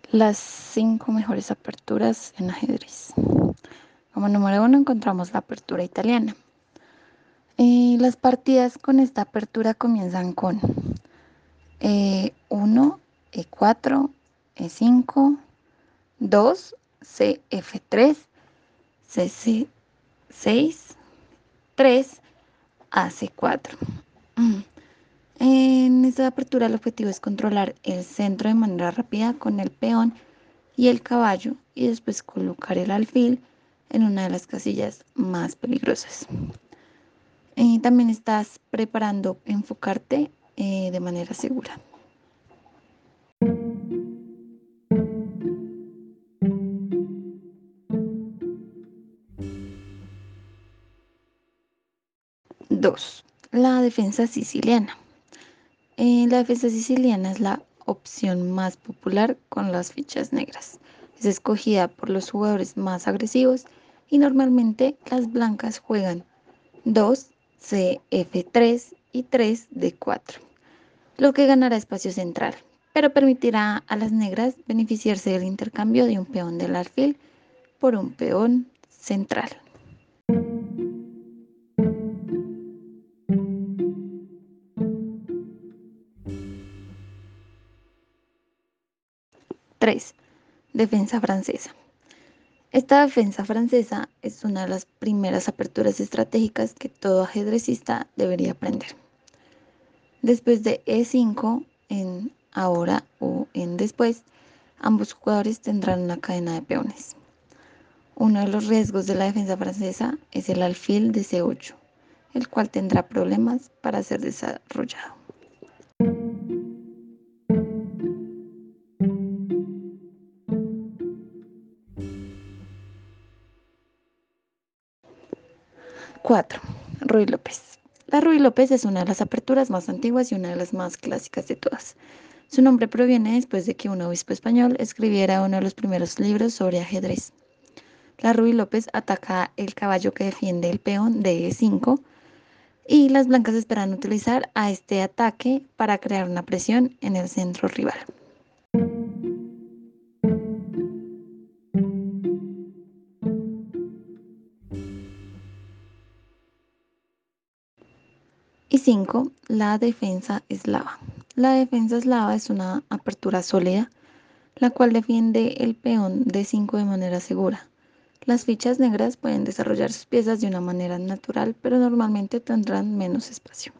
Las 5 mejores aperturas en ajedrez. Como número 1 encontramos la apertura italiana. Las partidas con esta apertura comienzan con 1, E4, E5, 2, CF3, CC6, 3, AC4. En esta apertura el objetivo es controlar el centro de manera rápida con el peón y el caballo y después colocar el alfil en una de las casillas más peligrosas. También estás preparando enfocarte de manera segura. Dos, la defensa siciliana. La defensa siciliana es la opción más popular con las fichas negras. Es escogida por los jugadores más agresivos y normalmente las blancas juegan 2, CF3 y 3, D4, lo que ganará espacio central, pero permitirá a las negras beneficiarse del intercambio de un peón del alfil por un peón central. 3. Defensa francesa. Esta defensa francesa es una de las primeras aperturas estratégicas que todo ajedrecista debería aprender. Después de E5, en ahora o en después, ambos jugadores tendrán una cadena de peones. Uno de los riesgos de la defensa francesa es el alfil de C8, el cual tendrá problemas para ser desarrollado. 4. Ruy López. La Ruy López es una de las aperturas más antiguas y una de las más clásicas de todas. Su nombre proviene después de que un obispo español escribiera uno de los primeros libros sobre ajedrez. La Ruy López ataca el caballo que defiende el peón de E5 y las blancas esperan utilizar a este ataque para crear una presión en el centro rival. Y 5. La defensa eslava. La defensa eslava es una apertura sólida, la cual defiende el peón de 5 de manera segura. Las fichas negras pueden desarrollar sus piezas de una manera natural, pero normalmente tendrán menos espacio.